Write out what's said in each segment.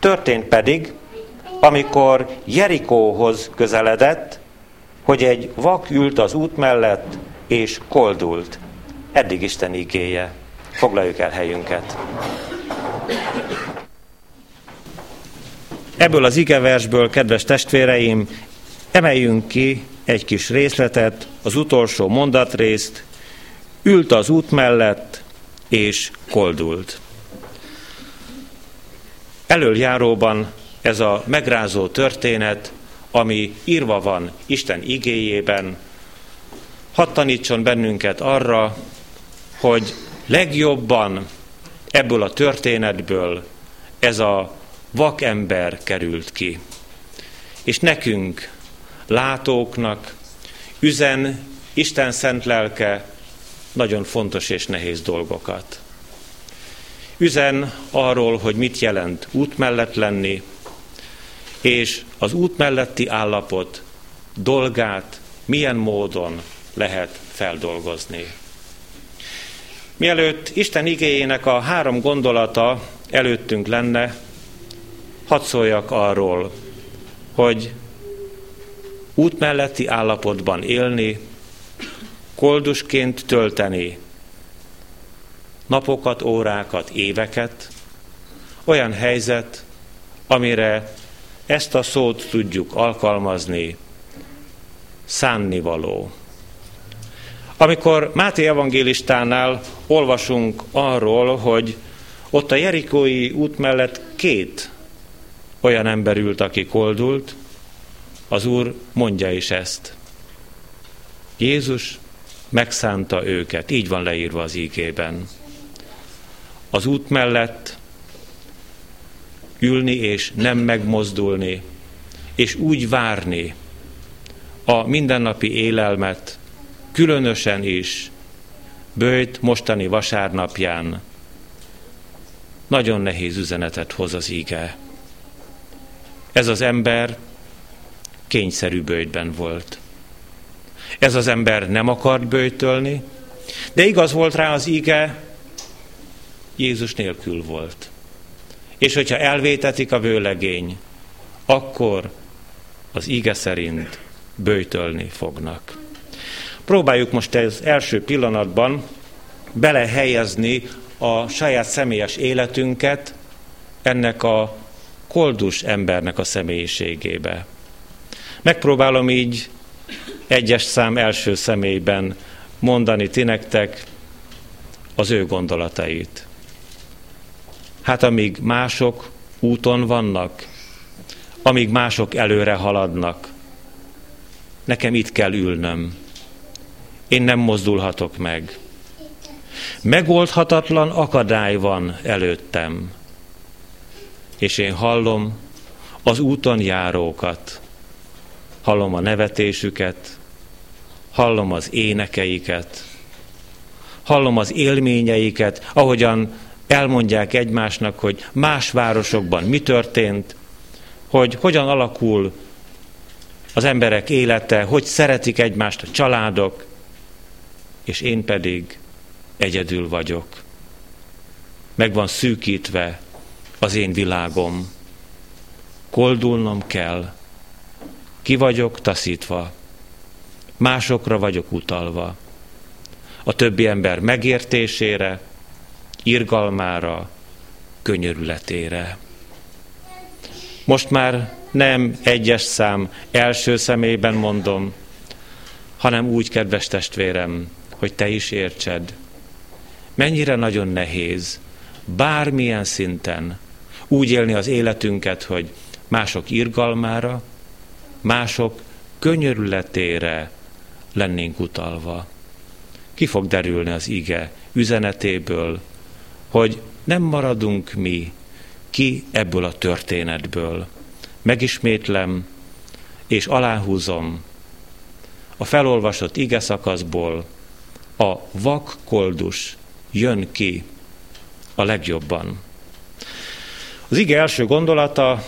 Történt pedig, amikor Jerikóhoz közeledett, hogy egy vak ült az út mellett, és koldult. Eddig Isten igéje. Foglaljuk el helyünket. Ebből az igeversből, kedves testvéreim, emeljünk ki egy kis részletet, az utolsó mondatrészt. Ült az út mellett, és koldult. Elöljáróban ez a megrázó történet, ami írva van Isten igéjében, hadd tanítson bennünket arra, hogy legjobban ebből a történetből ez a vakember került ki. És nekünk, látóknak üzen Isten szent lelke nagyon fontos és nehéz dolgokat. Üzen arról, hogy mit jelent út mellett lenni, és az út melletti állapot dolgát milyen módon lehet feldolgozni. Mielőtt Isten igéjének a 3 gondolata előttünk lenne, hadd szóljak arról, hogy út melletti állapotban élni, koldusként tölteni napokat, órákat, éveket, olyan helyzet, amire ezt a szót tudjuk alkalmazni, szánnivaló. Amikor Máté evangélistánál olvasunk arról, hogy ott a jerikói út mellett 2 olyan ember ült, aki koldult, az Úr mondja is ezt. Jézus megszánta őket, így van leírva az ígében. Az út mellett ülni és nem megmozdulni, és úgy várni a mindennapi élelmet, különösen is böjt mostani vasárnapján nagyon nehéz üzenetet hoz az íge. Ez az ember kényszerű böjtben volt. Ez az ember nem akart böjtölni, de igaz volt rá az íge, Jézus nélkül volt. És hogyha elvétetik a vőlegény, akkor az íge szerint böjtölni fognak. Próbáljuk most az első pillanatban belehelyezni a saját személyes életünket ennek a koldus embernek a személyiségébe. Megpróbálom így 1-es szám első személyben mondani ti nektek az ő gondolatait. Hát amíg mások úton vannak, amíg mások előre haladnak, nekem itt kell ülnöm. Én nem mozdulhatok meg. Megoldhatatlan akadály van előttem. És én hallom az úton járókat. Hallom a nevetésüket, hallom az énekeiket, hallom az élményeiket, ahogyan elmondják egymásnak, hogy más városokban mi történt, hogy hogyan alakul az emberek élete, hogy szeretik egymást a családok, és én pedig egyedül vagyok. Meg van szűkítve az én világom. Koldulnom kell. Ki vagyok taszítva. Másokra vagyok utalva. A többi ember megértésére, irgalmára, könyörületére. Most már nem 1-es szám első személyben mondom, hanem úgy, kedves testvérem, hogy te is értsed. Mennyire nagyon nehéz bármilyen szinten úgy élni az életünket, hogy mások irgalmára, mások könyörületére lennénk utalva. Ki fog derülni az ige üzenetéből, hogy nem maradunk mi ki ebből a történetből. Megismétlem, és aláhúzom, a felolvasott ige szakaszból a vak koldus jön ki a legjobban. Az ige első gondolata,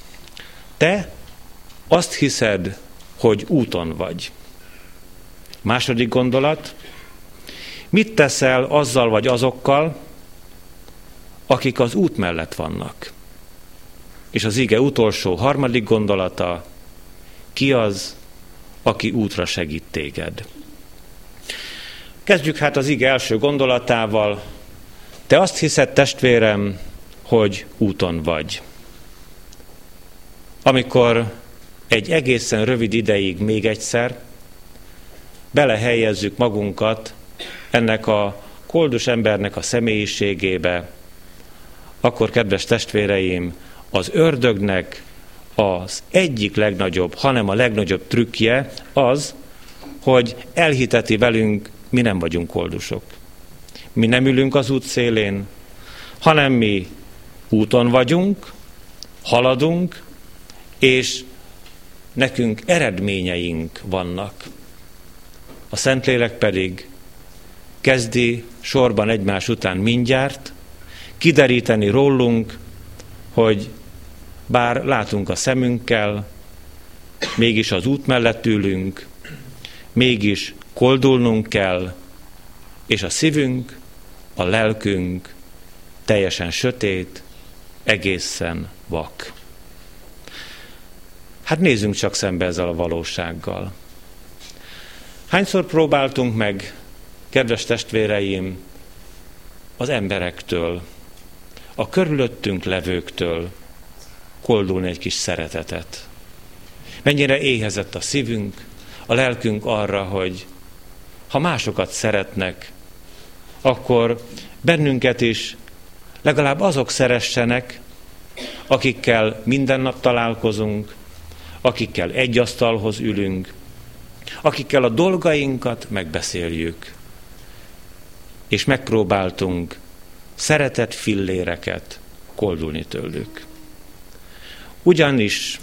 te azt hiszed, hogy úton vagy. Második gondolat, mit teszel azzal vagy azokkal, akik az út mellett vannak? És az ige utolsó, harmadik gondolata, ki az, aki útra segít téged. Kezdjük hát az ige első gondolatával. Te azt hiszed, testvérem, hogy úton vagy. Amikor egy egészen rövid ideig még egyszer belehelyezzük magunkat ennek a koldus embernek a személyiségébe, akkor, kedves testvéreim, az ördögnek az egyik legnagyobb, hanem a legnagyobb trükkje az, hogy elhiteti velünk, mi nem vagyunk koldusok. Mi nem ülünk az út szélén, hanem mi úton vagyunk, haladunk, és nekünk eredményeink vannak. A Szentlélek pedig kezdi sorban egymás után mindjárt kideríteni rólunk, hogy bár látunk a szemünkkel, mégis az út mellett ülünk, mégis koldulnunk kell, és a szívünk, a lelkünk teljesen sötét, egészen vak. Hát nézzünk csak szembe ezzel a valósággal. Hányszor próbáltunk meg, kedves testvéreim, az emberektől, a körülöttünk levőktől koldulni egy kis szeretetet. Mennyire éhezett a szívünk, a lelkünk arra, hogy ha másokat szeretnek, akkor bennünket is legalább azok szeressenek, akikkel minden nap találkozunk, akikkel egy asztalhoz ülünk, akikkel a dolgainkat megbeszéljük, és megpróbáltunk szeretett filléreket koldulni tőlük. Ugyanis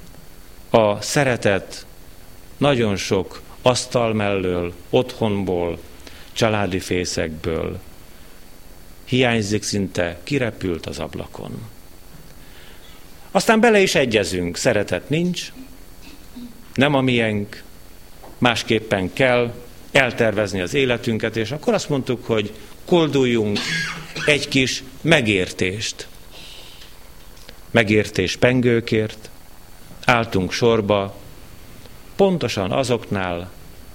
a szeretet nagyon sok asztal mellől, otthonból, családi fészekből hiányzik, szinte kirepült az ablakon. Aztán bele is egyezünk, szeretet nincs, nem a miénk, másképpen kell eltervezni az életünket, és akkor azt mondtuk, hogy kolduljunk egy kis megértést. Megértés pengőkért, álltunk sorba, pontosan azoknál,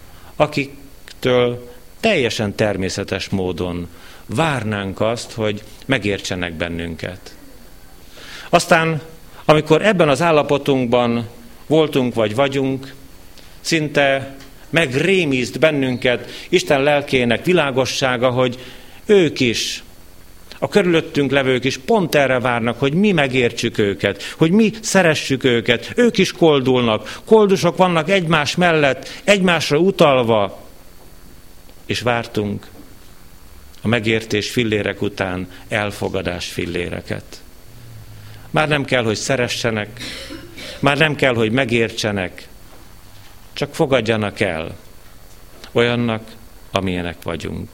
akiktől teljesen természetes módon várnánk azt, hogy megértsenek bennünket. Aztán, amikor ebben az állapotunkban voltunk vagy vagyunk, szinte megrémízt bennünket Isten lelkének világossága, hogy ők is, a körülöttünk levők is pont erre várnak, hogy mi megértsük őket, hogy mi szeressük őket. Ők is koldulnak, koldusok vannak egymás mellett, egymásra utalva, és vártunk a megértés fillérek után elfogadás filléreket. Már nem kell, hogy szeressenek, már nem kell, hogy megértsenek, csak fogadjanak el olyannak, amilyenek vagyunk.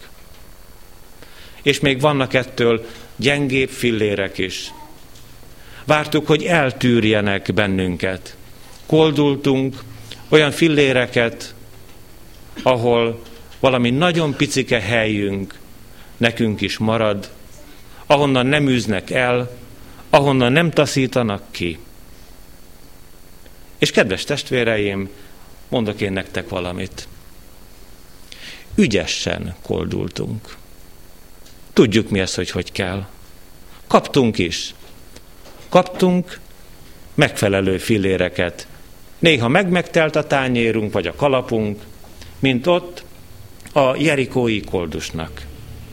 És még vannak ettől gyengébb fillérek is. Vártuk, hogy eltűrjenek bennünket. Koldultunk olyan filléreket, ahol valami nagyon picike helyünk nekünk is marad, ahonnan nem űznek el, ahonnan nem taszítanak ki. És kedves testvéreim, mondok én nektek valamit. Ügyesen koldultunk. Tudjuk mi ez, hogy kell. Kaptunk is. Kaptunk megfelelő filléreket. Néha megtelt a tányérunk, vagy a kalapunk, mint ott a jerikói koldusnak.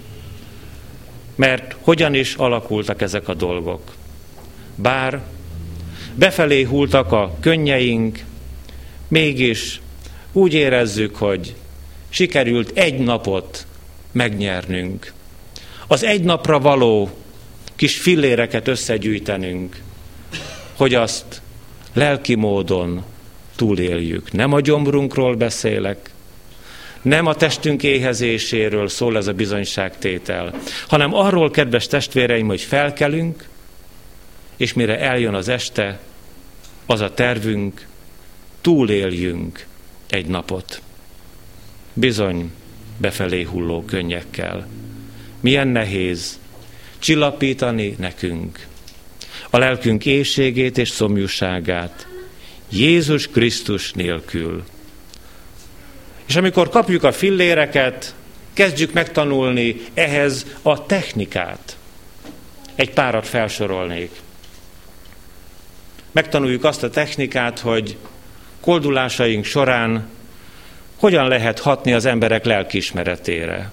Mert hogyan is alakultak ezek a dolgok? Bár befelé hultak a könnyeink, mégis úgy érezzük, hogy sikerült egy napot megnyernünk. Az egy napra való kis filléreket összegyűjtenünk, hogy azt lelki módon túléljük. Nem a gyomrunkról beszélek, nem a testünk éhezéséről szól ez a bizonyságtétel, hanem arról, kedves testvéreim, hogy felkelünk, és mire eljön az este, az a tervünk, túléljünk egy napot. Bizony, befelé hulló könnyekkel. Milyen nehéz csillapítani nekünk a lelkünk éhségét és szomjúságát Jézus Krisztus nélkül. És amikor kapjuk a filléreket, kezdjük megtanulni ehhez a technikát. Egy párat felsorolnék. Megtanuljuk azt a technikát, hogy koldulásaink során hogyan lehet hatni az emberek lelkiismeretére.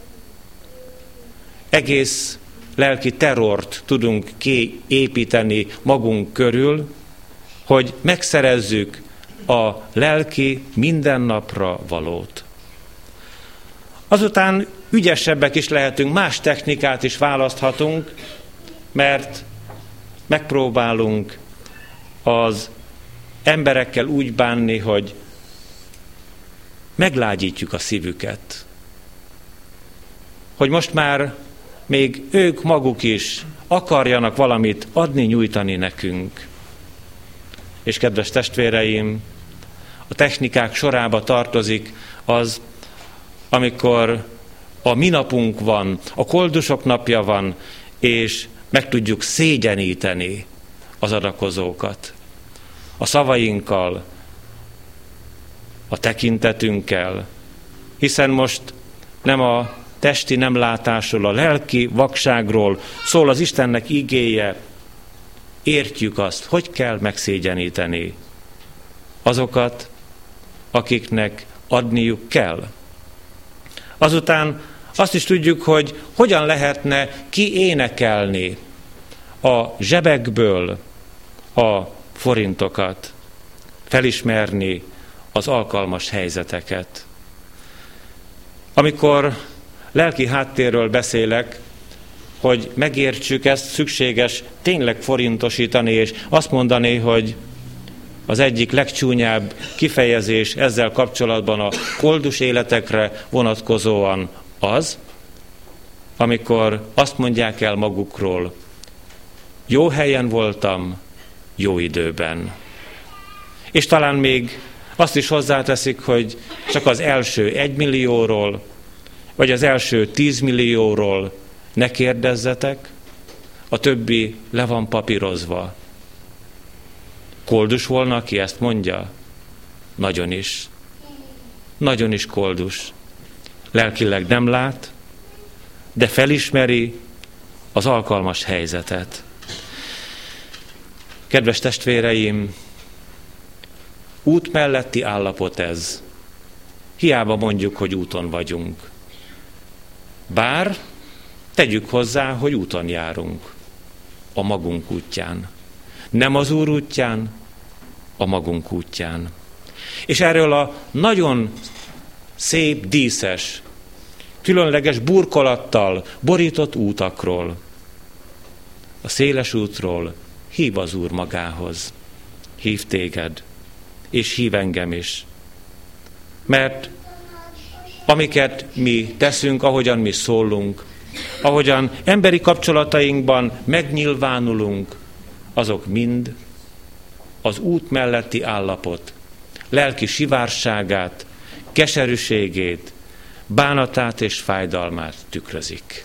Egész lelki terrort tudunk kiépíteni magunk körül, hogy megszerezzük a lelki mindennapra valót. Azután ügyesebbek is lehetünk, más technikát is választhatunk, mert megpróbálunk az emberekkel úgy bánni, hogy meglágyítjuk a szívüket. Hogy most már még ők maguk is akarjanak valamit adni, nyújtani nekünk. És kedves testvéreim, a technikák sorába tartozik az, amikor a mi napunk van, a koldusok napja van, és meg tudjuk szégyeníteni az adakozókat. A szavainkkal, a tekintetünkkel, hiszen most nem a testi nemlátásról, a lelki vakságról szól az Istennek igéje. Értjük azt, hogy kell megszégyeníteni azokat, akiknek adniuk kell. Azután azt is tudjuk, hogy hogyan lehetne kiénekelni a zsebekből a forintokat, felismerni az alkalmas helyzeteket. Amikor lelki háttérről beszélek, hogy megértsük ezt, szükséges tényleg forintosítani, és azt mondani, hogy az egyik legcsúnyább kifejezés ezzel kapcsolatban a koldus életekre vonatkozóan az, amikor azt mondják el magukról, jó helyen voltam, jó időben. És talán még azt is hozzáteszik, hogy csak az első 1 millióról, vagy az első 10 millióról ne kérdezzetek, a többi le van papírozva. Koldus volna, aki ezt mondja? Nagyon is. Nagyon is koldus. Lelkileg nem lát, de felismeri az alkalmas helyzetet. Kedves testvéreim, út melletti állapot ez. Hiába mondjuk, hogy úton vagyunk. Bár tegyük hozzá, hogy úton járunk. A magunk útján. Nem az Úr útján, a magunk útján. És erről a nagyon szép, díszes, különleges burkolattal borított útakról, a széles útról hív az Úr magához. Hív téged, és hív engem is. Mert amiket mi teszünk, ahogyan mi szólunk, ahogyan emberi kapcsolatainkban megnyilvánulunk, azok mind az út melletti állapot, lelki sivárságát, keserűségét, bánatát és fájdalmát tükrözik.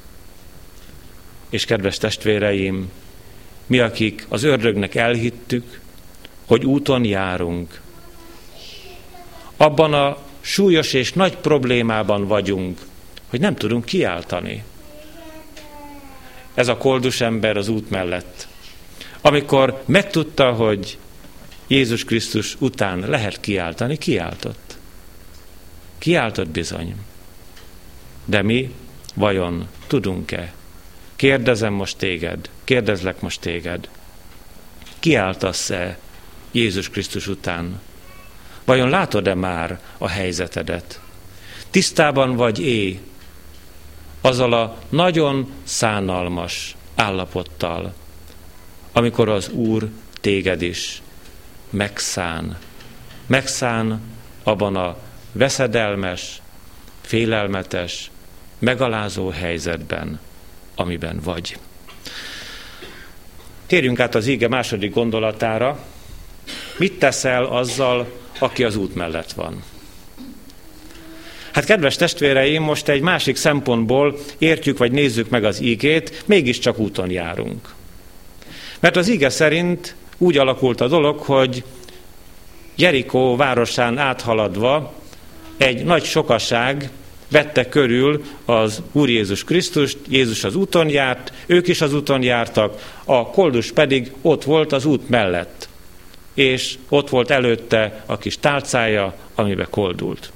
És kedves testvéreim, mi, akik az ördögnek elhittük, hogy úton járunk, abban a súlyos és nagy problémában vagyunk, hogy nem tudunk kiáltani. Ez a koldus ember az út mellett. Amikor megtudta, hogy Jézus Krisztus után lehet kiáltani, kiáltott. Kiáltott bizony. De mi vajon tudunk-e? Kérdezem most téged, kérdezlek most téged. Kiáltasz-e Jézus Krisztus után? Vajon látod-e már a helyzetedet? Tisztában vagy azzal a nagyon szánalmas állapottal, amikor az Úr téged is megszán. Megszán abban a veszedelmes, félelmetes, megalázó helyzetben, amiben vagy. Térjünk át az íge második gondolatára. Mit teszel azzal, aki az út mellett van? Hát kedves testvéreim, most egy másik szempontból értjük, vagy nézzük meg az ígét, mégiscsak úton járunk. Mert az ige szerint úgy alakult a dolog, hogy Jerikó városán áthaladva egy nagy sokaság vette körül az Úr Jézus Krisztust, Jézus az úton járt, ők is az úton jártak, a koldus pedig ott volt az út mellett, és ott volt előtte a kis tálcája, amibe koldult.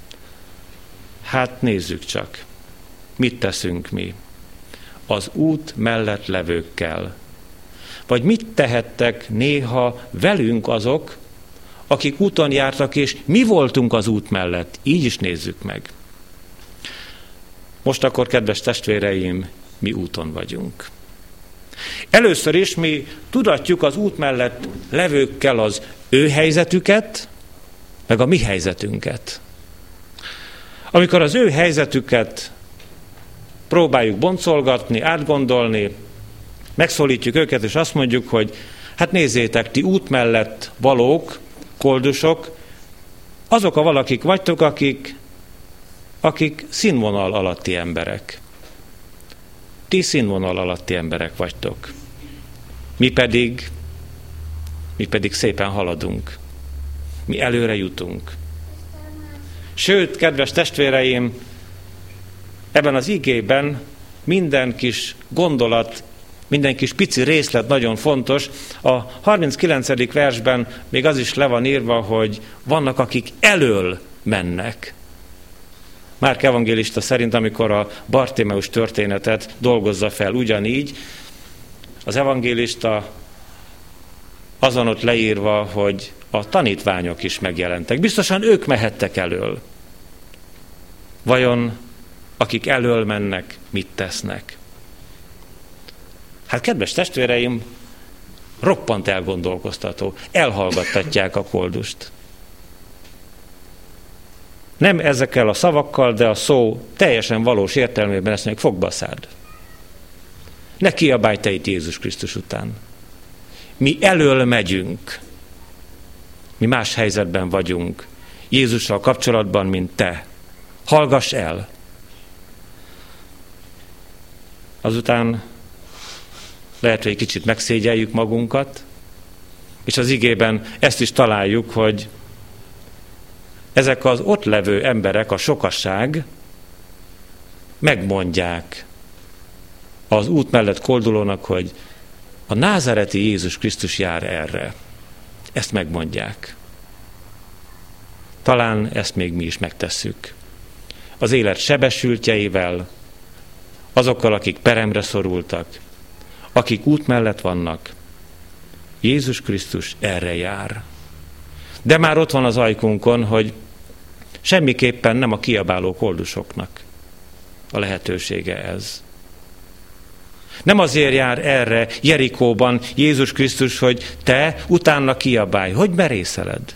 Hát nézzük csak, mit teszünk mi az út mellett levőkkel. Vagy mit tehettek néha velünk azok, akik úton jártak, és mi voltunk az út mellett. Így is nézzük meg. Most akkor, kedves testvéreim, mi úton vagyunk. Először is mi tudatjuk az út mellett levőkkel az ő helyzetüket, meg a mi helyzetünket. Amikor az ő helyzetüket próbáljuk boncolgatni, átgondolni, megszólítjuk őket, és azt mondjuk, hogy hát nézzétek, ti út mellett valók, koldusok, azok a valakik vagytok, akik színvonal alatti emberek. Ti színvonal alatti emberek vagytok. Mi pedig szépen haladunk. Mi előre jutunk. Sőt, kedves testvéreim, ebben az igében minden kis gondolat, minden kis pici részlet nagyon fontos. A 39. versben még az is le van írva, hogy vannak, akik elől mennek. Márk evangélista szerint, amikor a Bartimeus történetet dolgozza fel ugyanígy, az evangélista azon ott leírva, hogy a tanítványok is megjelentek. Biztosan ők mehettek elől. Vajon akik elől mennek, mit tesznek? Hát, kedves testvéreim, roppant elgondolkoztató. Elhallgattatják a koldust. Nem ezekkel a szavakkal, de a szó teljesen valós értelmében ezt mondják, fogd be a szád. Ne kiabálj te itt Jézus Krisztus után. Mi elől megyünk. Mi más helyzetben vagyunk Jézussal kapcsolatban, mint te. Hallgass el. Azután lehet, hogy egy kicsit megszégyeljük magunkat, és az igében ezt is találjuk, hogy ezek az ott levő emberek, a sokasság megmondják az út mellett koldulónak, hogy a názáreti Jézus Krisztus jár erre. Ezt megmondják. Talán ezt még mi is megtesszük. Az élet sebesültjeivel, azokkal, akik peremre szorultak, akik út mellett vannak. Jézus Krisztus erre jár. De már ott van az ajkunkon, hogy semmiképpen nem a kiabáló koldusoknak a lehetősége ez. Nem azért jár erre Jerikóban Jézus Krisztus, hogy te utána kiabálj. Hogy merészeled?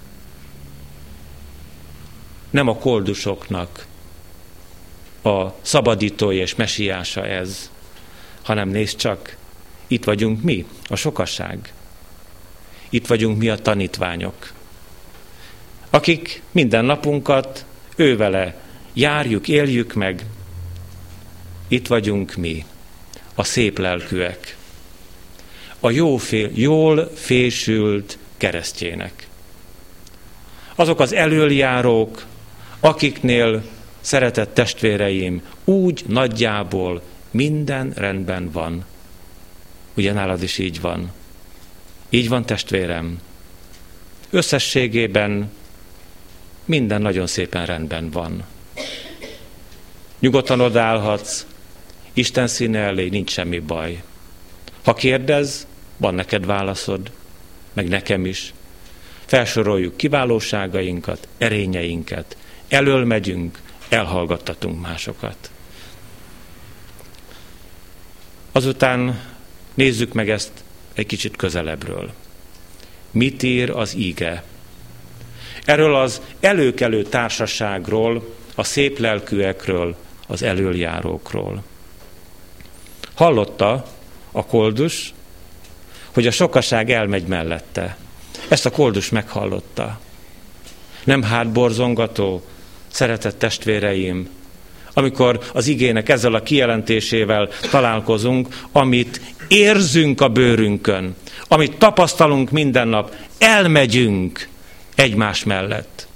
Nem a koldusoknak a szabadítója és mesiása ez, hanem nézd csak, itt vagyunk mi, a sokaság. Itt vagyunk mi, a tanítványok, akik minden napunkat ővele járjuk, éljük meg. Itt vagyunk mi, a szép lelkűek, a jól fésült keresztjének. Azok az elöljárók, akiknél, szeretett testvéreim, úgy nagyjából minden rendben van. Ugye nálad is így van. Így van, testvérem. Összességében minden nagyon szépen rendben van. Nyugodtan odaállhatsz, Isten színe elé, nincs semmi baj. Ha kérdez, van neked válaszod, meg nekem is. Felsoroljuk kiválóságainkat, erényeinket, elől megyünk, elhallgattatunk másokat. Azután nézzük meg ezt egy kicsit közelebbről. Mit ír az ige? Erről az előkelő társaságról, a szép lelkűekről, az elöljárókról. Hallotta a koldus, hogy a sokaság elmegy mellette. Ezt a koldus meghallotta. Nem hátborzongató, szeretett testvéreim, amikor az igének ezzel a kijelentésével találkozunk, amit érzünk a bőrünkön, amit tapasztalunk minden nap, elmegyünk egymás mellett.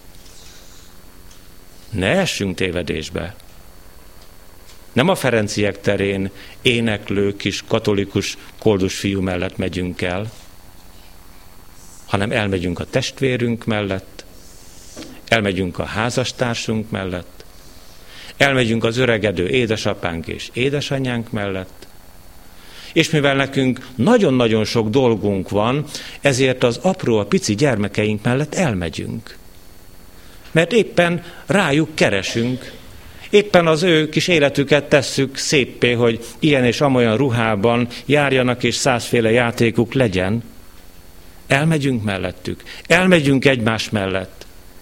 Ne essünk tévedésbe. Nem a Ferenciek terén éneklő kis katolikus koldus fiú mellett megyünk el, hanem elmegyünk a testvérünk mellett, elmegyünk a házastársunk mellett, elmegyünk az öregedő édesapánk és édesanyánk mellett, és mivel nekünk nagyon-nagyon sok dolgunk van, ezért az apró, a pici gyermekeink mellett elmegyünk. Mert éppen rájuk keresünk, éppen az ő kis életüket tesszük széppé, hogy ilyen és amolyan ruhában járjanak, és 100 játékuk legyen. Elmegyünk mellettük, elmegyünk egymás mellett.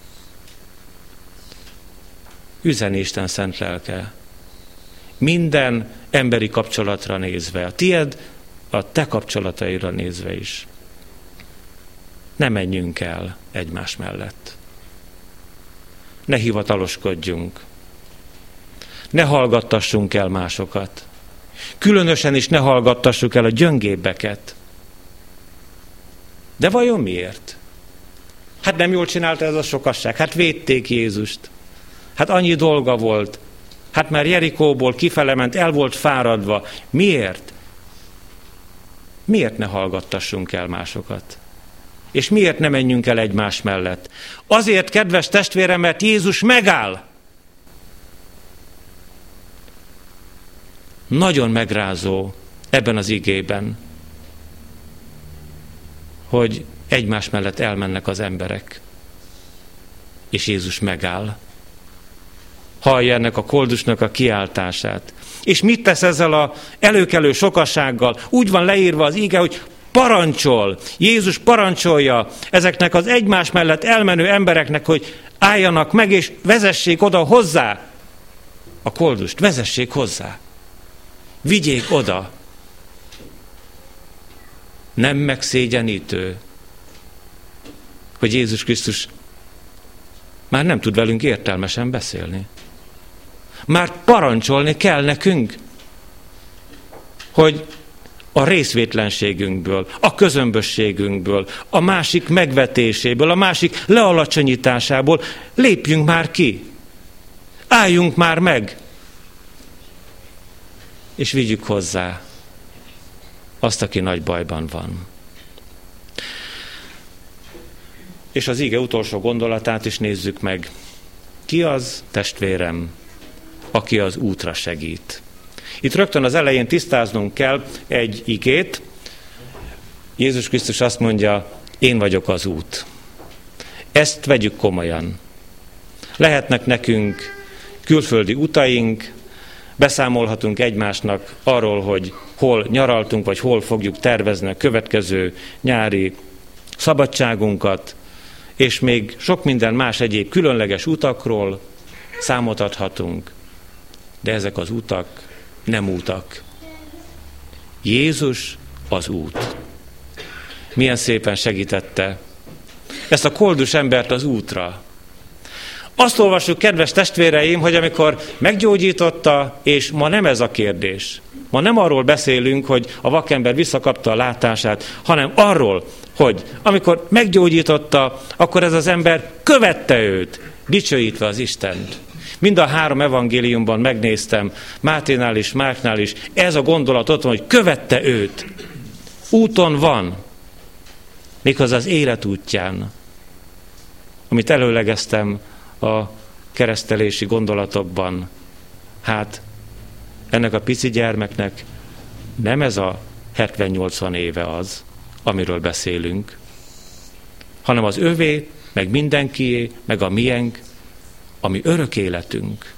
Üzeni Isten szent lelke. Minden emberi kapcsolatra nézve, a tied, a te kapcsolataira nézve is. Ne menjünk el egymás mellett. Ne hivataloskodjunk. Ne hallgattassunk el másokat. Különösen is ne hallgattassuk el a gyöngébbeket. De vajon miért? Hát nem jól csinálta ez a sokasság. Hát védték Jézust. Hát annyi dolga volt. Hát már Jerikóból kifele ment, el volt fáradva. Miért? Miért ne hallgattassunk el másokat? És miért ne menjünk el egymás mellett? Azért, kedves testvérem, mert Jézus megáll. Nagyon megrázó ebben az igében, hogy egymás mellett elmennek az emberek, és Jézus megáll. Hallja ennek a koldusnak a kiáltását. És mit tesz ezzel az előkelő sokassággal? Úgy van leírva az ige, hogy parancsol. Jézus parancsolja ezeknek az egymás mellett elmenő embereknek, hogy álljanak meg, és vezessék oda hozzá a koldust. Vezessék hozzá. Vigyék oda. Nem megszégyenítő, hogy Jézus Krisztus már nem tud velünk értelmesen beszélni. Már parancsolni kell nekünk, hogy a részvétlenségünkből, a közömbösségünkből, a másik megvetéséből, a másik lealacsonyításából lépjünk már ki. Álljunk már meg, és vigyük hozzá azt, aki nagy bajban van. És az ige utolsó gondolatát is nézzük meg. Ki az, testvérem, aki az útra segít? Itt rögtön az elején tisztáznunk kell egy igét. Jézus Krisztus azt mondja, én vagyok az út. Ezt vegyük komolyan. Lehetnek nekünk külföldi utaink, beszámolhatunk egymásnak arról, hogy hol nyaraltunk, vagy hol fogjuk tervezni a következő nyári szabadságunkat, és még sok minden más egyéb különleges utakról számot adhatunk. De ezek az utak nem útak. Jézus az út. Milyen szépen segítette ezt a koldus embert az útra. Azt olvassuk, kedves testvéreim, hogy amikor meggyógyította, és ma nem ez a kérdés. Ma nem arról beszélünk, hogy a vakember visszakapta a látását, hanem arról, hogy amikor meggyógyította, akkor ez az ember követte őt, dicsőítve az Istent. Mind a 3 evangéliumban megnéztem, Máténál is, Márknál is, ez a gondolat ott van, hogy követte őt. Úton van, méghozzá az élet útján, amit előlegeztem a keresztelési gondolatokban. Hát ennek a pici gyermeknek nem ez a 70-80 éve az, amiről beszélünk, hanem az övé, meg mindenkié, meg a miénk, ami örök életünk.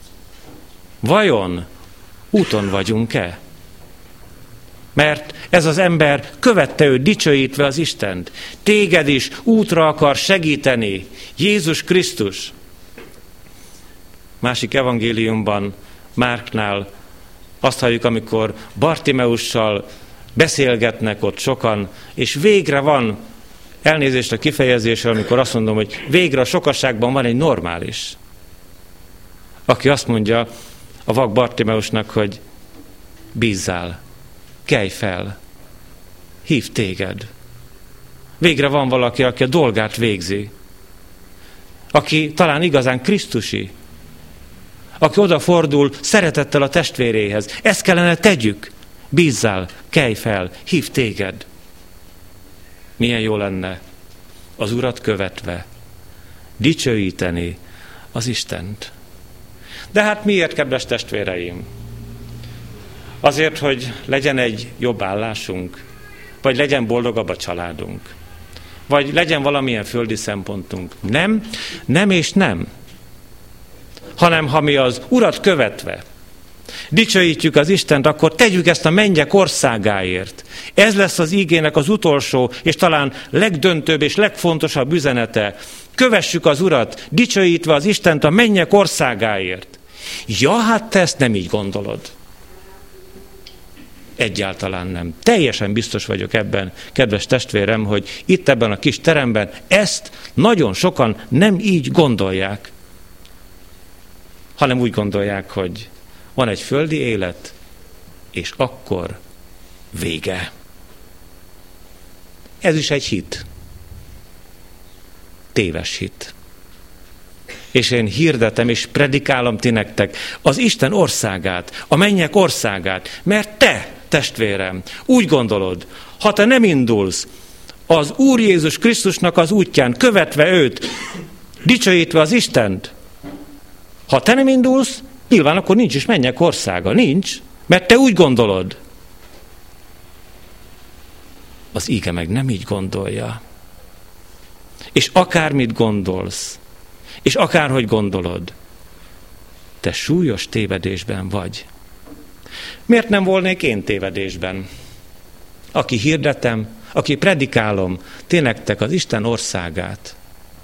Vajon úton vagyunk-e? Mert ez az ember követte őt, dicsőítve az Istent. Téged is útra akar segíteni Jézus Krisztus. Másik evangéliumban, Márknál azt halljuk, amikor Bartimeussal beszélgetnek ott sokan, és végre van, elnézést a kifejezésre, amikor azt mondom, hogy végre a sokasságban van egy normális, aki azt mondja, a vak Bartimeusnak, hogy bízzál, kelj fel, hív téged. Végre van valaki, aki a dolgát végzi, aki talán igazán krisztusi, aki odafordul szeretettel a testvéréhez. Ezt kellene tegyük. Bízzál, kelj fel, hív téged. Milyen jó lenne az Urat követve dicsőíteni az Istent. De hát miért, kedves testvéreim? Azért, hogy legyen egy jobb állásunk, vagy legyen boldogabb a családunk, vagy legyen valamilyen földi szempontunk. Nem és nem. Hanem ha mi az Urat követve dicsőítjük az Istent, akkor tegyük ezt a mennyek országáért. Ez lesz az ígének az utolsó, és talán legdöntőbb és legfontosabb üzenete. Kövessük az Urat, dicsőítve az Istent a mennyek országáért. Ja, hát te ezt nem így gondolod. Egyáltalán nem. Teljesen biztos vagyok ebben, kedves testvérem, hogy itt ebben a kis teremben ezt nagyon sokan nem így gondolják, hanem úgy gondolják, hogy van egy földi élet, és akkor vége. Ez is egy hit. Téves hit. És én hirdetem és predikálom ti nektek az Isten országát, a mennyek országát, mert te, testvérem, úgy gondolod, ha te nem indulsz az Úr Jézus Krisztusnak az útján, követve őt, dicsőítve az Istent, ha te nem indulsz, nyilván akkor nincs is mennyek országa. Nincs, mert te úgy gondolod. Az íge meg nem így gondolja. És akármit gondolsz, és akárhogy gondolod, te súlyos tévedésben vagy. Miért nem volnék én tévedésben? Aki hirdetem, aki predikálom ti nektek az Isten országát.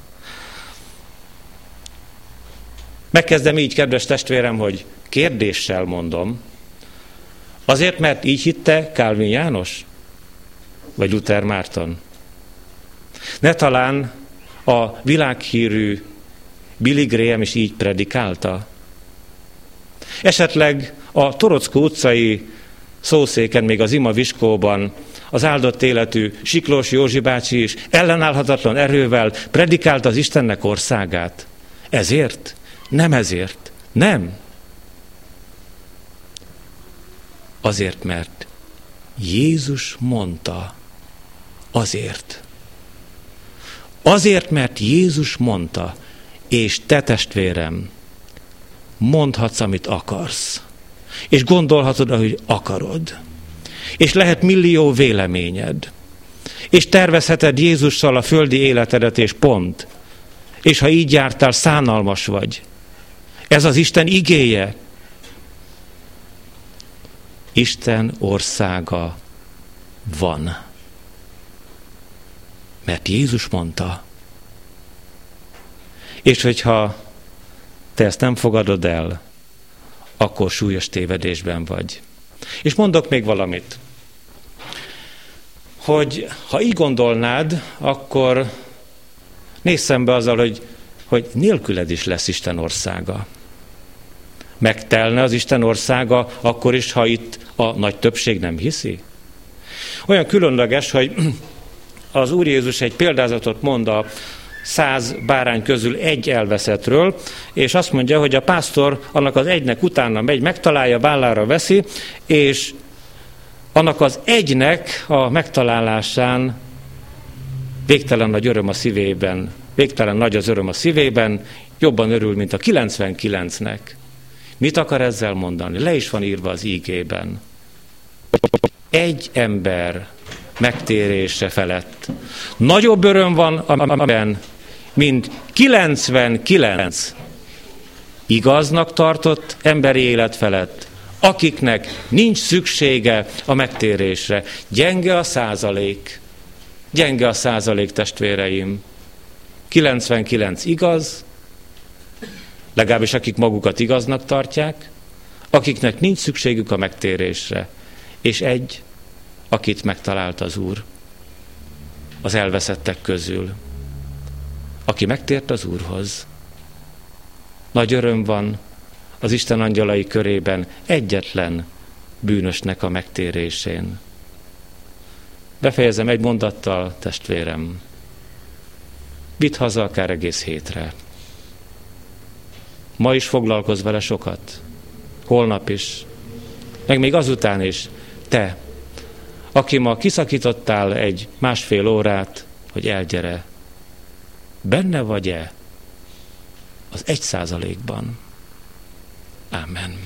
Megkezdem így, kedves testvérem, hogy kérdéssel mondom. Azért, mert így hitte Calvin János? Vagy Luther Márton? Ne talán a világhírű Billy Graham is így predikálta? Esetleg a Torockó utcai szószéken, még az Ima Viskóban az áldott életű Siklós Józsi bácsi is ellenállhatatlan erővel predikálta az Istennek országát. Ezért? Nem ezért. Nem. Azért, mert Jézus mondta. Azért. Azért, mert Jézus mondta, és te, testvérem, mondhatsz, amit akarsz. És gondolhatod, ahogy akarod. És lehet millió véleményed. És tervezheted Jézussal a földi életedet, és pont. És ha így jártál, szánalmas vagy. Ez az Isten igéje. Isten országa van. Mert Jézus mondta. És hogyha te ezt nem fogadod el, akkor súlyos tévedésben vagy. És mondok még valamit. Hogy ha így gondolnád, akkor nézz szembe azzal, hogy nélküled is lesz Isten országa. Megtelne az Isten országa akkor is, ha itt a nagy többség nem hiszi? Olyan különleges, hogy az Úr Jézus egy példázatot mond a 100 bárány közül egy elveszettről, és azt mondja, hogy a pásztor annak az egynek utána megy, megtalálja, vállára veszi, és annak az egynek a megtalálásán végtelen nagy öröm a szívében, végtelen nagy az öröm a szívében, jobban örül, mint a 99-nek. Mit akar ezzel mondani? Le is van írva az ígében. Egy ember megtérése felett nagyobb öröm van abban, mint 99 igaznak tartott emberi élet felett, akiknek nincs szüksége a megtérésre. Gyenge a százalék. Gyenge a százalék, testvéreim. 99 igaz, legalábbis akik magukat igaznak tartják, akiknek nincs szükségük a megtérésre, és egy, akit megtalált az Úr az elveszettek közül, aki megtért az Úrhoz. Nagy öröm van az Isten angyalai körében egyetlen bűnösnek a megtérésén. Befejezem egy mondattal, testvérem. Vidd haza akár egész hétre. Ma is foglalkozz vele sokat, holnap is, meg még azután is. Te, aki ma kiszakítottál egy 1,5 órát, hogy elgyere, benne vagy-e az 1%-ban? Ámen.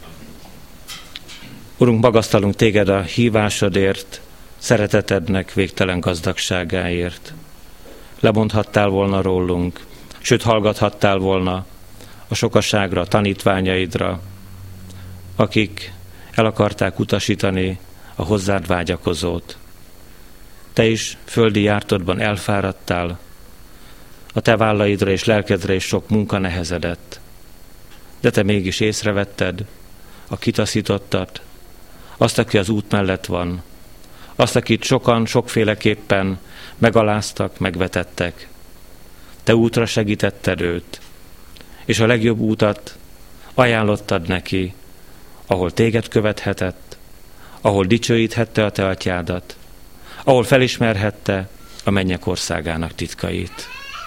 Urunk, magasztalunk téged a hívásodért, szeretetednek végtelen gazdagságáért. Lemondhattál volna rólunk, sőt hallgathattál volna a sokaságra, a tanítványaidra, akik el akarták utasítani a hozzád vágyakozót. Te is földi jártodban elfáradtál, a te vállaidra és lelkedre is sok munka nehezedett, de te mégis észrevetted a kitaszítottat, azt, aki az út mellett van, azt, akit sokan sokféleképpen megaláztak, megvetettek. Te útra segítetted őt, és a legjobb útat ajánlottad neki, ahol téged követhetett, ahol dicsőíthette a te atyádat, ahol felismerhette a mennyek országának titkait.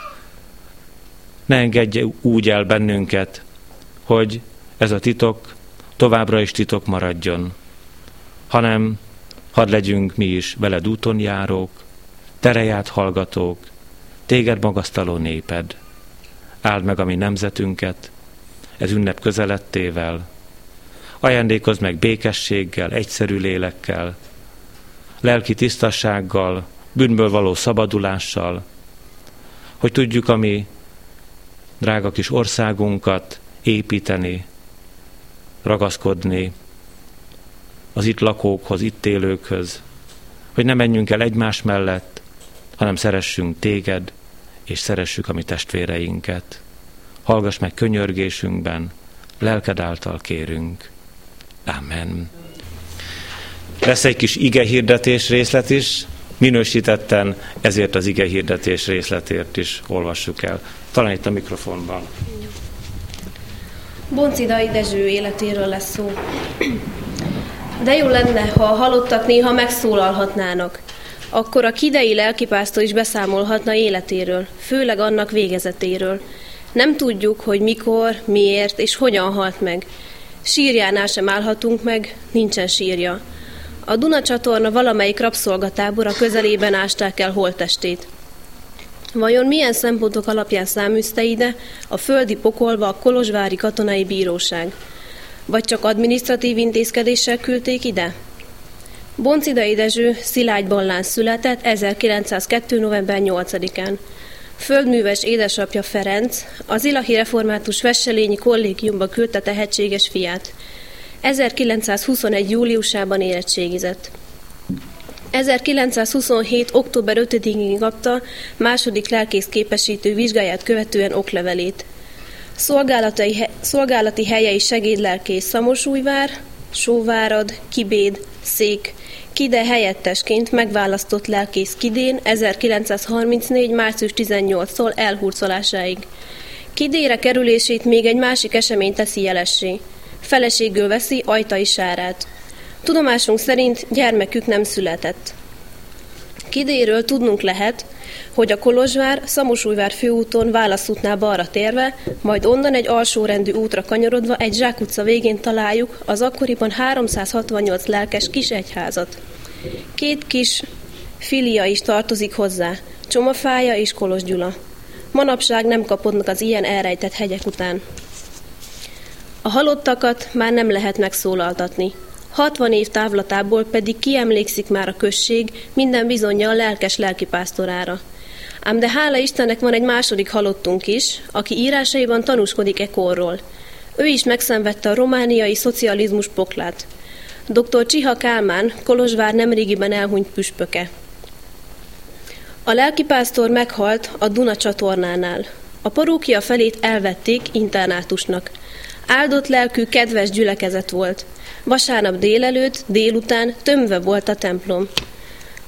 Ne engedj úgy el bennünket, hogy ez a titok továbbra is titok maradjon, hanem hadd legyünk mi is veled úton járók, tereját hallgatók, téged magasztaló néped. Áld meg a mi nemzetünket, ez ünnep közelettével, ajándékozz meg békességgel, egyszerű lélekkel, lelki tisztassággal, bűnből való szabadulással, hogy tudjuk a mi drága kis országunkat építeni, ragaszkodni az itt lakókhoz, itt élőkhöz, hogy ne menjünk el egymás mellett, hanem szeressünk téged, és szeressük a mi testvéreinket. Hallgass meg könyörgésünkben, lelked által kérünk. Amen. Lesz egy kis igehirdetés részlet is, minősítetten ezért az igehirdetés részletért is olvassuk el. Talán itt a mikrofonban. Boncidai Dezső életéről lesz szó. De jó lenne, ha a halottak néha megszólalhatnának. Akkor a kidei lelkipásztor is beszámolhatna életéről, főleg annak végezetéről. Nem tudjuk, hogy mikor, miért és hogyan halt meg. Sírjánál sem állhatunk meg, nincsen sírja. A Duna csatorna valamelyik rabszolgatábora közelében ásták el holttestét. Vajon milyen szempontok alapján száműzte ide a földi pokolba a kolozsvári katonai bíróság? Vagy csak adminisztratív intézkedéssel küldték ide? Boncidai Dezső Szilágyballán született 1902. november 8-án. Földműves édesapja Ferenc az Illahi Református Vesselényi Kollégiumba küldte tehetséges fiát. 1921. júliusában érettségizett. 1927. október 5-én kapta második lelkész képesítő vizsgáját követően oklevelét. Szolgálati helyei segédlelkész Szamosújvár, Sóvárad, Kibéd, Szék, Kide helyettesként megválasztott lelkész Kidén 1934. március 18-tól elhurcolásáig. Kidére kerülését még egy másik esemény teszi jelessé. Feleségül veszi Ajtai Sárát. Tudomásunk szerint gyermekük nem született. Kidéről tudnunk lehet, hogy a Kolozsvár-Szamosújvár főúton Válaszútnál balra térve, majd onnan egy alsórendű útra kanyarodva egy zsákutca végén találjuk az akkoriban 368 lelkes kis egyházat. 2 kis filia is tartozik hozzá, Csomafája és Kolos Gyula. Manapság nem kapodnak az ilyen elrejtett hegyek után. A halottakat már nem lehet megszólaltatni. 60 év távlatából pedig kiemlékszik már a község minden bizonnyal a lelkes lelkipásztorára. Ám de hála Istennek van egy második halottunk is, aki írásaiban tanúskodik e korról. Ő is megszenvedte a romániai szocializmus poklát. Dr. Csiha Kálmán, Kolozsvár nemrégiben elhunyt püspöke. A lelkipásztor meghalt a Duna csatornánál. A parókia felét elvették internátusnak. Áldott lelkű, kedves gyülekezet volt. Vasárnap délelőtt, délután tömve volt a templom.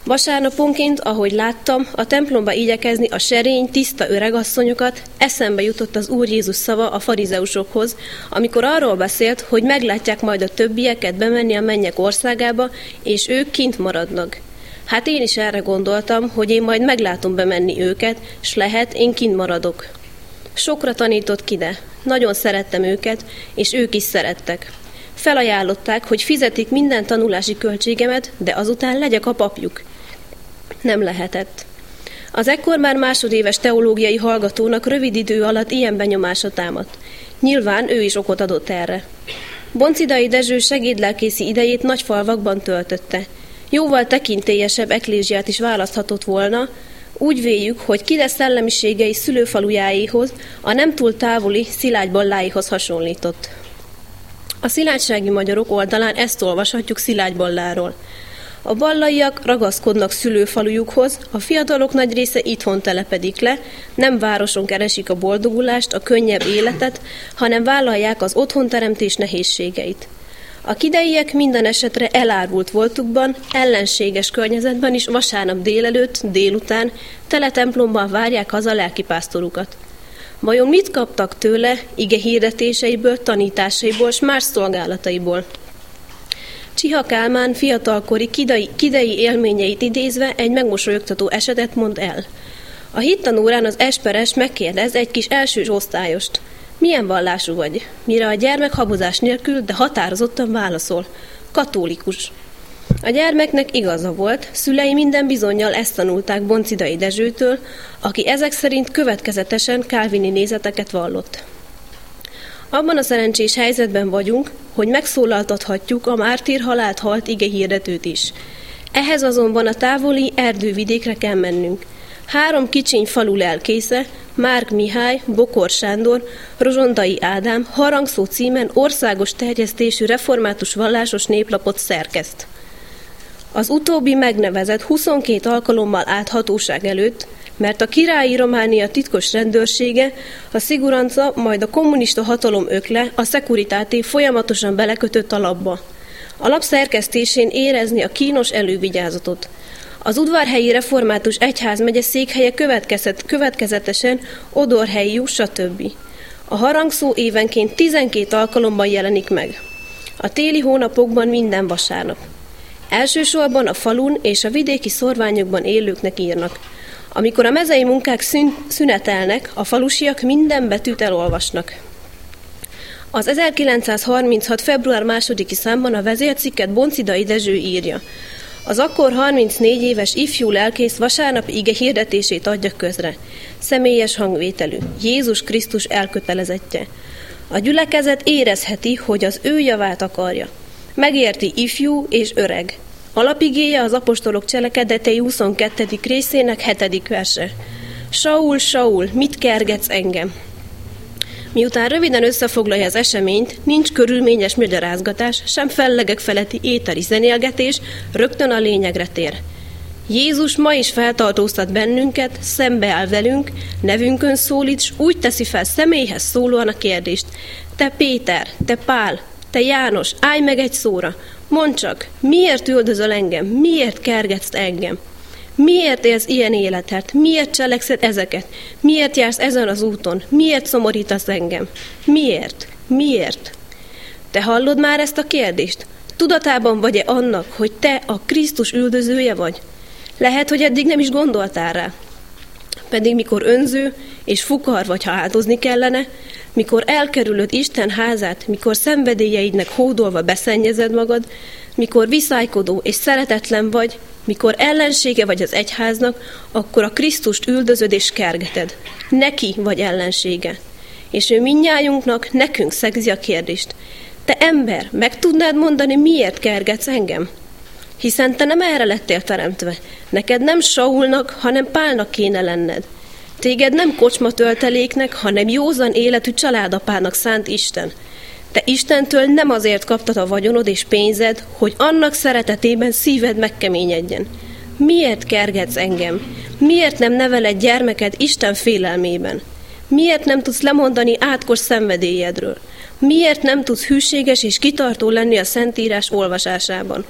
Vasárnaponként, ahogy láttam, a templomba igyekezni a serény, tiszta öregasszonyokat, eszembe jutott az Úr Jézus szava a farizeusokhoz, amikor arról beszélt, hogy meglátják majd a többieket bemenni a mennyek országába, és ők kint maradnak. Hát én is erre gondoltam, hogy én majd meglátom bemenni őket, s lehet, én kint maradok. Sokra tanított Kide, nagyon szerettem őket, és ők is szerettek. Felajánlották, hogy fizetik minden tanulási költségemet, de azután legyek a papjuk. Nem lehetett. Az ekkor már másodéves teológiai hallgatónak rövid idő alatt ilyen benyomása támadt. Nyilván ő is okot adott erre. Boncidai Dezső segédlelkészi idejét nagy falvakban töltötte. Jóval tekintélyesebb eklézsiát is választhatott volna, úgy véljük, hogy Kide szellemiségei szülőfalujáéhoz, a nem túl távoli Szilágyballáihoz hasonlított. A szilágysági magyarok oldalán ezt olvashatjuk Szilágyballáról. A ballaiak ragaszkodnak szülőfalujukhoz, a fiatalok nagy része itthon telepedik le, nem városon keresik a boldogulást, a könnyebb életet, hanem vállalják az otthonteremtés nehézségeit. A kideiek minden esetre elárvult voltukban, ellenséges környezetben is vasárnap délelőtt, délután tele templomban várják haza lelkipásztorukat. Vajon mit kaptak tőle ige hirdetéseiből, tanításaiból s más szolgálataiból? Csiha Kálmán fiatalkori kidei élményeit idézve egy megmosolyogtató esetet mond el. A hittanórán az esperes megkérdez egy kis elsős osztályost. Milyen vallású vagy? Mire a gyermek habozás nélkül, de határozottan válaszol. Katolikus. A gyermeknek igaza volt, szülei minden bizonnyal ezt tanulták Boncidai Dezsőtől, aki ezek szerint következetesen kálvini nézeteket vallott. Abban a szerencsés helyzetben vagyunk, hogy megszólaltathatjuk a mártír halált halt ige hirdetőt is. Ehhez azonban a távoli erdővidékre kell mennünk. 3 kicsiny falu lelkésze, Márk Mihály, Bokor Sándor, Rozsondai Ádám harangszó címen országos terjesztésű református vallásos néplapot szerkeszt. Az utóbbi megnevezett 22 alkalommal állt hatóság előtt, mert a királyi Románia titkos rendőrsége, a sziguranca, majd a kommunista hatalom ökle, a Securitate folyamatosan belekötött a lapba. A lap szerkesztésén érezni a kínos elővigyázatot. Az udvarhelyi református egyházmegye székhelye következetesen Odorhelyi, stb. A harangszó évenként 12 alkalommal jelenik meg. A téli hónapokban minden vasárnap. Elsősorban a falun és a vidéki szorványokban élőknek írnak. Amikor a mezei munkák szünetelnek, a falusiak minden betűt elolvasnak. Az 1936. február 2. számban a vezércikket Boncidai Dezső írja. Az akkor 34 éves ifjú lelkész vasárnap ige hirdetését adja közre. Személyes hangvételű, Jézus Krisztus elkötelezettje. A gyülekezet érezheti, hogy az ő javát akarja. Megérti ifjú és öreg. Alapigéje az apostolok cselekedetei 22. részének 7. verse. Saul, Saul, mit kergetsz engem? Miután röviden összefoglalja az eseményt, nincs körülményes magyarázgatás, sem fellegek feletti éteri zenélgetés, rögtön a lényegre tér. Jézus ma is feltartóztat bennünket, szembeáll velünk, nevünkön szólít, s úgy teszi fel személyhez szólóan a kérdést. Te Péter, te Pál, te János, állj meg egy szóra, mondd csak, miért üldözöl engem, miért kergetsz engem? Miért élsz ilyen életet? Miért cselekszed ezeket? Miért jársz ezen az úton? Miért szomorítasz engem? Miért? Miért? Te hallod már ezt a kérdést? Tudatában vagy-e annak, hogy te a Krisztus üldözője vagy? Lehet, hogy eddig nem is gondoltál rá. Pedig mikor önző és fukar vagy, ha áldozni kellene, mikor elkerülöd Isten házát, mikor szenvedélyeidnek hódolva beszennyezed magad, mikor viszálykodó és szeretetlen vagy, mikor ellensége vagy az egyháznak, akkor a Krisztust üldözöd és kergeted. Neki vagy ellensége. És ő mindnyájunknak, nekünk szegzi a kérdést. Te ember, meg tudnád mondani, miért kergetsz engem? Hiszen te nem erre lettél teremtve. Neked nem Saulnak, hanem Pálnak kéne lenned. Téged nem kocsmatölteléknek, hanem józan életű családapának szánt Isten. Te Istentől nem azért kaptad a vagyonod és pénzed, hogy annak szeretetében szíved megkeményedjen. Miért kergetsz engem? Miért nem neveled gyermeked Isten félelmében? Miért nem tudsz lemondani átkos szenvedélyedről? Miért nem tudsz hűséges és kitartó lenni a Szentírás olvasásában?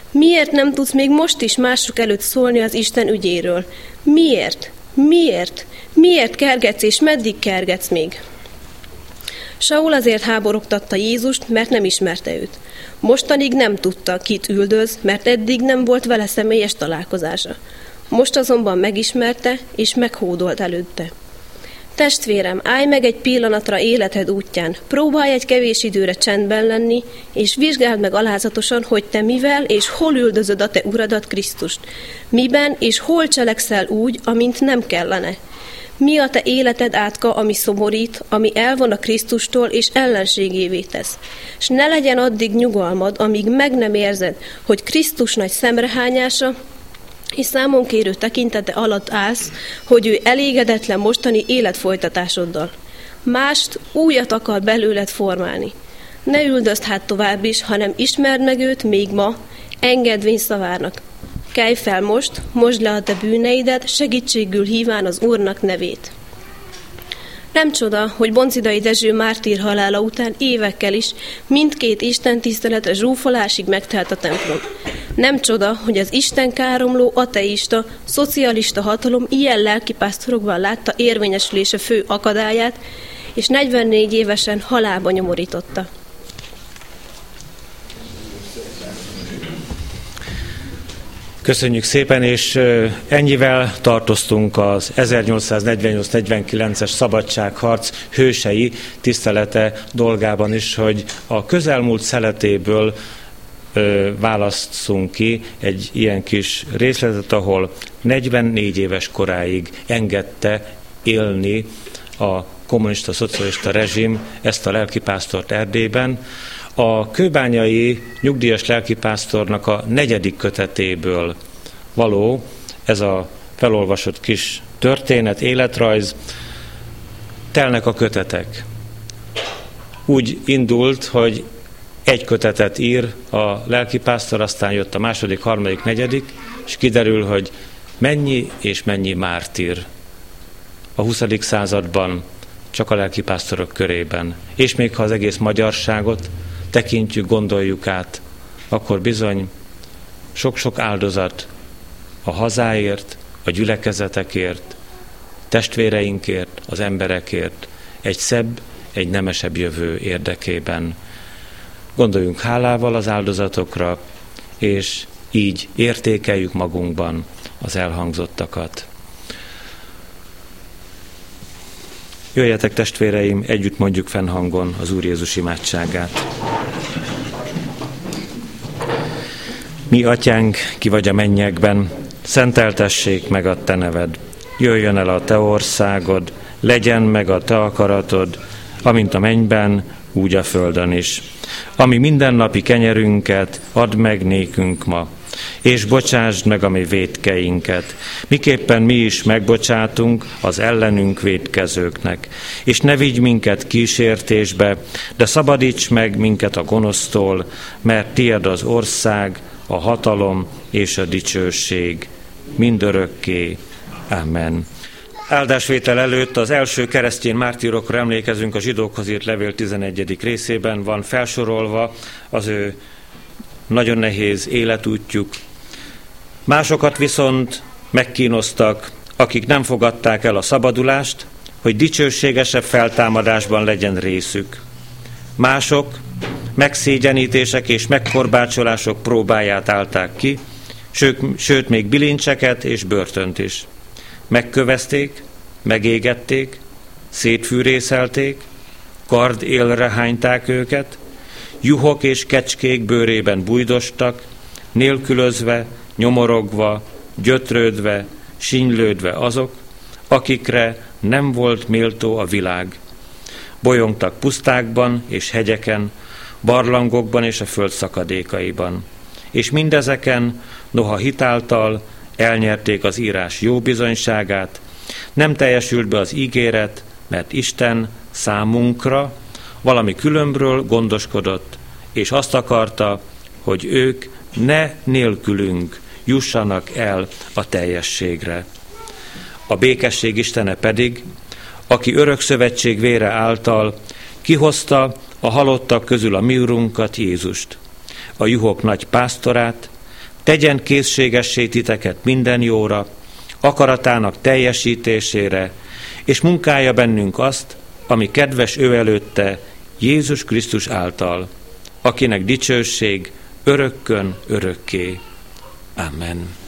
Miért nem tudsz még most is mások előtt szólni az Isten ügyéről? Miért? Miért? Miért kergetsz, és meddig kergetsz még? Saul azért háborogtatta Jézust, mert nem ismerte őt. Mostanig nem tudta, kit üldöz, mert eddig nem volt vele személyes találkozása. Most azonban megismerte, és meghódolt előtte. Testvérem, állj meg egy pillanatra életed útján, próbálj egy kevés időre csendben lenni, és vizsgáld meg alázatosan, hogy te mivel és hol üldözöd a te uradat Krisztust. Miben és hol cselekszel úgy, amint nem kellene. Mi a te életed átka, ami szomorít, ami elvon a Krisztustól és ellenségévé tesz. S ne legyen addig nyugalmad, amíg meg nem érzed, hogy Krisztus nagy szemrehányása és számonkérő tekintete alatt állsz, hogy ő elégedetlen mostani életfolytatásoddal. Mást, újat akar belőled formálni. Ne üldözd hát tovább is, hanem ismerd meg őt még ma, engedvény szavárnak. Kelj fel most, mosd le a te bűneidet, segítségül híván az Úrnak nevét. Nem csoda, hogy Boncidai Dezső mártír halála után évekkel is mindkét istentiszteletre zsúfolásig megtelt a templom. Nem csoda, hogy az istenkáromló, ateista, szocialista hatalom ilyen lelkipásztorokban látta érvényesülése fő akadályát, és 44 évesen halálba nyomorította. Köszönjük szépen, és ennyivel tartoztunk az 1848-49-es szabadságharc hősei tisztelete dolgában is, hogy a közelmúlt szeletéből választunk ki egy ilyen kis részletet, ahol 44 éves koráig engedte élni a kommunista, szocialista rezsim ezt a lelkipásztort Erdélyben. A kőbányai nyugdíjas lelkipásztornak a 4. kötetéből való ez a felolvasott kis történet, életrajz. Telnek a kötetek. Úgy indult, hogy egy kötetet ír a lelkipásztor, aztán jött a 2., 3., 4., és kiderül, hogy mennyi és mennyi mártír a 20. században csak a lelkipásztorok körében. És még ha az egész magyarságot tekintjük, gondoljuk át, akkor bizony sok-sok áldozat a hazáért, a gyülekezetekért, testvéreinkért, az emberekért, egy szebb, egy nemesebb jövő érdekében. Gondoljunk hálával az áldozatokra, és így értékeljük magunkban az elhangzottakat. Jöjjetek, testvéreim, együtt mondjuk fennhangon az Úr Jézus imádságát. Mi, Atyánk, ki vagy a mennyekben, szenteltessék meg a te neved. Jöjjön el a te országod, legyen meg a te akaratod, amint a mennyben, úgy a földön is. Ami mindennapi kenyerünket add meg nékünk ma, és bocsásd meg a mi vétkeinket, miképpen mi is megbocsátunk az ellenünk vétkezőknek. És ne vigy minket kísértésbe, de szabadíts meg minket a gonosztól, mert tied az ország, a hatalom és a dicsőség mindörökké. Amen. Áldásvétel előtt az első keresztény mártírokra emlékezünk, a zsidókhoz írt levél 11. részében van felsorolva az ő nagyon nehéz életútjuk. Másokat viszont megkínoztak, akik nem fogadták el a szabadulást, hogy dicsőségesebb feltámadásban legyen részük. Mások megszégyenítések és megkorbácsolások próbáját állták ki, sőt még bilincseket és börtönt is. Megkövezték, megégették, szétfűrészelték, kardélre hányták őket, juhok és kecskék bőrében bújdostak, nélkülözve, nyomorogva, gyötrődve, sinylődve azok, akikre nem volt méltó a világ. Bolyongtak pusztákban és hegyeken, barlangokban és a föld szakadékaiban. És mindezeken, noha hitáltal elnyerték az írás jó bizonyságát, nem teljesült be az ígéret, mert Isten számunkra valami különbről gondoskodott, és azt akarta, hogy ők ne nélkülünk jussanak el a teljességre. A békesség Istene pedig, aki örök szövetség vére által kihozta a halottak közül a mi Urunkat, Jézust, a juhok nagy pásztorát, tegyen készségessé titeket minden jóra, akaratának teljesítésére, és munkálja bennünk azt, ami kedves ő előtte, Jézus Krisztus által, akinek dicsőség örökkön örökké. Amen.